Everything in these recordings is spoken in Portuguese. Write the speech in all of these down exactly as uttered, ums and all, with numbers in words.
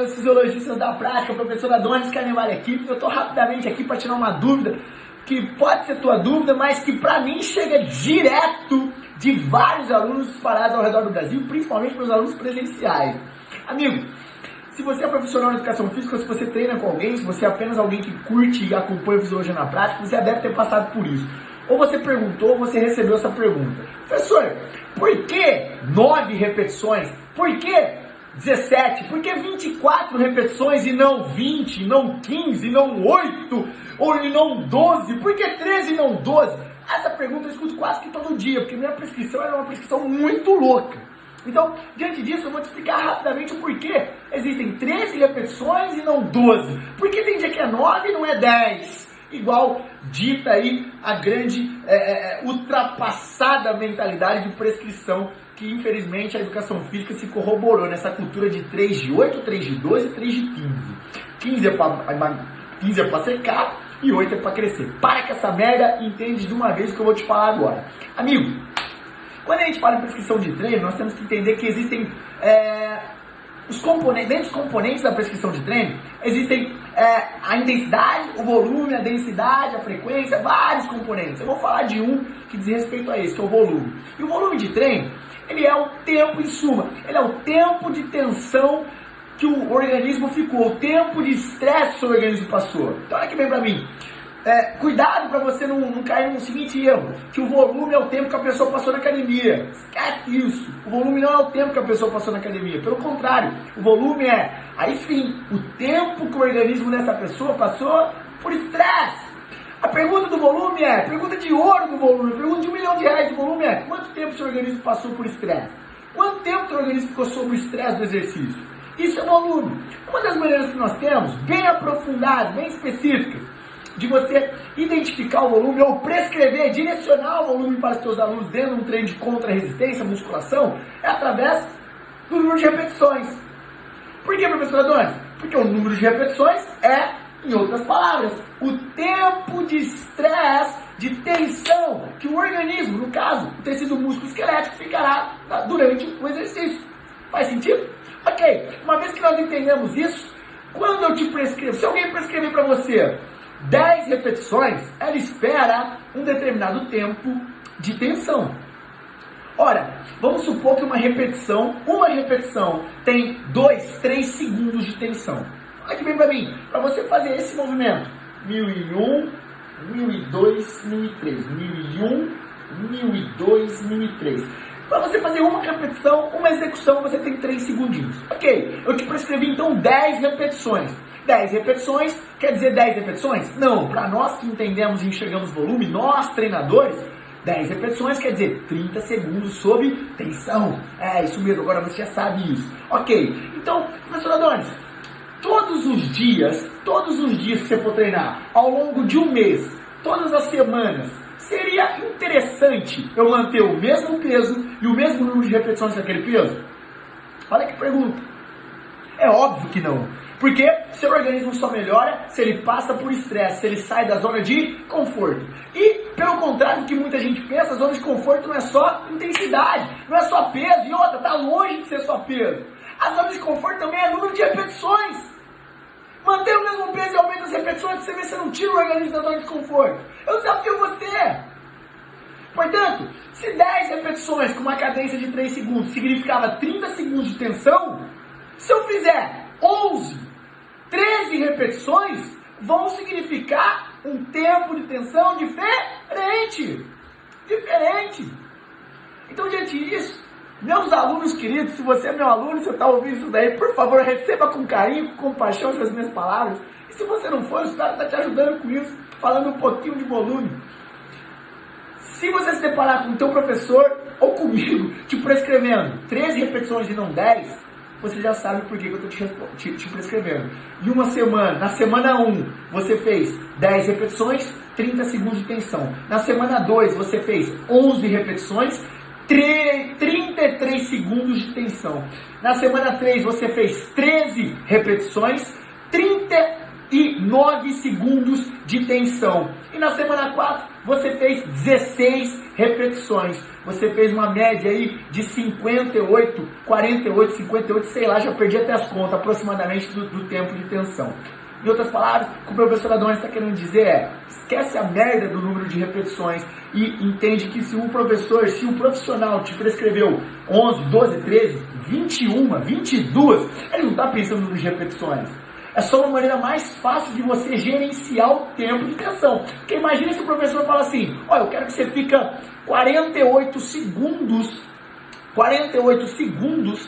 meus fisiologistas da prática, professor Adonis Carnevale aqui. Eu estou rapidamente aqui para tirar uma dúvida, que pode ser tua dúvida, mas que para mim chega direto de vários alunos espalhados ao redor do Brasil, principalmente para os alunos presenciais. Amigo, se você é profissional de educação física, se você treina com alguém, se você é apenas alguém que curte e acompanha a fisiologia na prática, você já deve ter passado por isso. Ou você perguntou, ou você recebeu essa pergunta. Professor, por que nove repetições? Por que dezessete? Por que vinte e quatro repetições e não vinte, não quinze, não oito, ou e não doze? Por que treze e não doze? Essa pergunta eu escuto quase que todo dia, porque minha prescrição era uma prescrição muito louca. Então, diante disso, eu vou te explicar rapidamente o porquê existem treze repetições e não doze. Porque tem dia que é nove e não é dez. Igual dita aí a grande é, é, ultrapassada mentalidade de prescrição que, infelizmente, a educação física se corroborou nessa cultura de três de oito, três de doze e três de quinze. quinze é para quinze é para secar e oito é para crescer. Para com essa merda e entende de uma vez o que eu vou te falar agora. Amigo, quando a gente fala em prescrição de treino, nós temos que entender que existem é, os componentes, dentro dos componentes da prescrição de treino, existem é, a intensidade, o volume, a densidade, a frequência, vários componentes. Eu vou falar de um que diz respeito a esse, que é o volume. E o volume de treino, ele é o tempo, em suma, ele é o tempo de tensão que o organismo ficou, o tempo de estresse que o seu organismo passou. Então olha aqui bem pra mim. É, cuidado para você não, não cair no seguinte erro, que o volume é o tempo que a pessoa passou na academia. Esquece isso. O volume não é o tempo que a pessoa passou na academia. Pelo contrário, o volume é, aí sim, o tempo que o organismo dessa pessoa passou por estresse. A pergunta do volume é, pergunta de ouro do volume, pergunta de um milhão de reais do volume é, quanto tempo o seu organismo passou por estresse? Quanto tempo o seu organismo ficou sob o estresse do exercício? Isso é volume. Uma das maneiras que nós temos, bem aprofundadas, bem específicas, de você identificar o volume ou prescrever, direcionar o volume para os seus alunos dentro de um treino de contra-resistência, musculação, é através do número de repetições. Por que, professor Adonis? Porque o número de repetições é, em outras palavras, o tempo de estresse, de tensão que o organismo, no caso, o tecido músculo esquelético, ficará durante o exercício. Faz sentido? Ok, uma vez que nós entendemos isso, quando eu te prescrevo, se alguém prescrever para você dez repetições, ela espera um determinado tempo de tensão. Ora, vamos supor que uma repetição, uma repetição tem dois, três segundos de tensão. Olha aqui bem para mim, para você fazer esse movimento, mil e um, mil e dois, mil e três, mil e um, mil e dois, mil e três. Para você fazer uma repetição, uma execução, você tem três segundinhos. Ok, eu te prescrevi então dez repetições. dez repetições, quer dizer dez repetições? Não, para nós que entendemos e enxergamos volume, nós treinadores, dez repetições quer dizer trinta segundos sob tensão. É, isso mesmo, agora você já sabe isso. Ok, então, professor Adonis, todos os dias, todos os dias que você for treinar, ao longo de um mês, todas as semanas, seria interessante eu manter o mesmo peso e o mesmo número de repetições daquele peso? Olha que pergunta. É óbvio que não. Porque seu organismo só melhora se ele passa por estresse, se ele sai da zona de conforto. E, pelo contrário do que muita gente pensa, a zona de conforto não é só intensidade, não é só peso, e outra, está longe de ser só peso. A zona de conforto também é número de repetições. Manter o mesmo peso e aumenta as repetições para você ver se não tira o organismo da zona de conforto. Eu desafio você. Portanto, se dez repetições com uma cadência de três segundos significava trinta segundos de tensão, se eu fizer onze, treze repetições, vão significar um tempo de tensão diferente. Diferente. Então, diante disso, meus alunos queridos, se você é meu aluno, se você está ouvindo isso daí, por favor, receba com carinho, com compaixão essas minhas palavras. E se você não for, eu espero estar te ajudando com isso, falando um pouquinho de volume. Se você se deparar com o teu professor ou comigo te prescrevendo treze repetições e não dez, você já sabe por que eu estou te, te, te prescrevendo. Em uma semana, na semana um, você fez dez repetições, trinta segundos de tensão. Na semana dois, você fez onze repetições, trinta e três segundos de tensão. Na semana três, você fez treze repetições, trinta e nove segundos de tensão. E na semana quatro, você fez dezesseis repetições. Você fez uma média aí de cinquenta e oito, quarenta e oito, cinquenta e oito, sei lá, já perdi até as contas aproximadamente do, do tempo de tensão. Em outras palavras, o que o professor Adonis está querendo dizer é, esquece a merda do número de repetições e entende que se um professor, se um profissional te prescreveu onze, doze, treze, vinte e uma, vinte e duas, ele não está pensando no número de repetições. É só uma maneira mais fácil de você gerenciar o tempo de tensão. Porque imagina se o professor fala assim, olha, eu quero que você fica quarenta e oito segundos, quarenta e oito segundos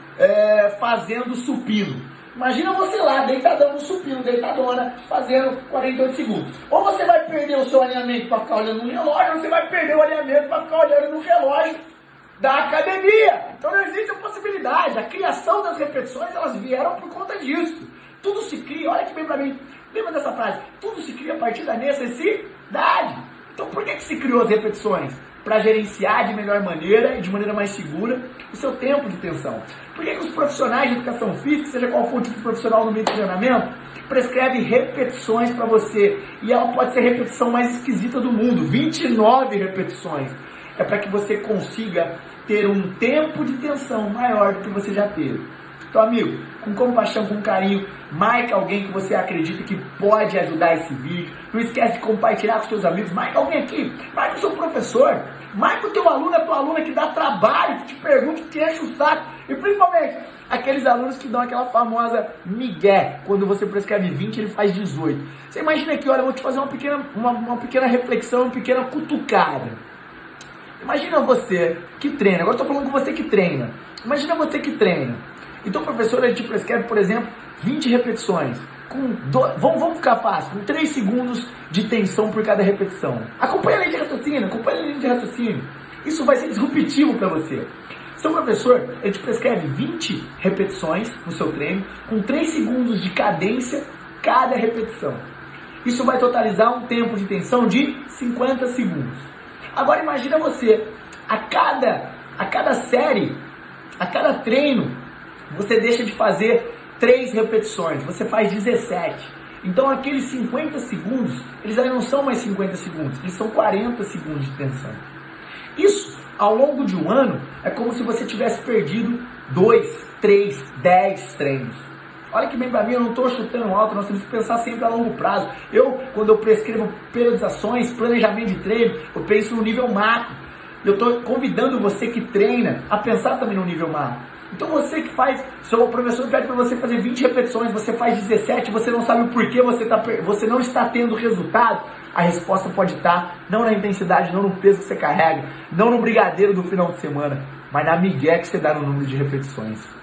é, fazendo supino. Imagina você lá, deitadão no supino, deitadona, fazendo quarenta e oito segundos. Ou você vai perder o seu alinhamento para ficar olhando no relógio, ou você vai perder o alinhamento para ficar olhando no relógio da academia. Então não existe a possibilidade. A criação das repetições, elas vieram por conta disso. Tudo se cria, olha que bem pra mim, lembra dessa frase? Tudo se cria a partir da necessidade. Então por que, que se criou as repetições? Para gerenciar de melhor maneira e de maneira mais segura o seu tempo de tensão. Por que, que os profissionais de educação física, seja qual for o tipo de profissional no meio de treinamento, prescrevem repetições para você? E ela pode ser a repetição mais esquisita do mundo, vinte e nove repetições. É para que você consiga ter um tempo de tensão maior do que você já teve. Então, amigo, com compaixão, com carinho, marque alguém que você acredita que pode ajudar esse vídeo. Não esquece de compartilhar com seus amigos. Marque alguém aqui, marque o seu professor, marque o teu aluno, a tua aluna que dá trabalho, que te pergunta, que te enche o saco. E principalmente, aqueles alunos que dão aquela famosa migué. Quando você prescreve vinte, ele faz dezoito. Você imagina aqui, olha, eu vou te fazer uma pequena, uma, uma pequena reflexão, uma pequena cutucada. Imagina você que treina, agora eu estou falando com você que treina. Imagina você que treina. Então o professor ele te prescreve, por exemplo, vinte repetições. Com do... vamos, vamos ficar fácil, com três segundos de tensão por cada repetição. Acompanha a linha de raciocínio, acompanha a linha de raciocínio. Isso vai ser disruptivo para você. Seu professor ele te prescreve vinte repetições no seu treino, com três segundos de cadência cada repetição. Isso vai totalizar um tempo de tensão de cinquenta segundos. Agora imagina você, a cada, a cada série, a cada treino, você deixa de fazer três repetições, você faz dezessete. Então aqueles cinquenta segundos, eles aí não são mais cinquenta segundos, eles são quarenta segundos de tensão. Isso, ao longo de um ano, é como se você tivesse perdido dois, três, dez treinos. Olha que bem pra mim, eu não estou chutando alto, nós temos que pensar sempre a longo prazo. Eu, quando eu prescrevo periodizações, planejamento de treino, eu penso no nível macro. Eu estou convidando você que treina a pensar também no nível macro. Então você que faz, seu professor pede para você fazer vinte repetições, você faz dezessete, você não sabe o porquê você, tá, você não está tendo resultado, a resposta pode estar não na intensidade, não no peso que você carrega, não no brigadeiro do final de semana, mas na migué que você dá no número de repetições.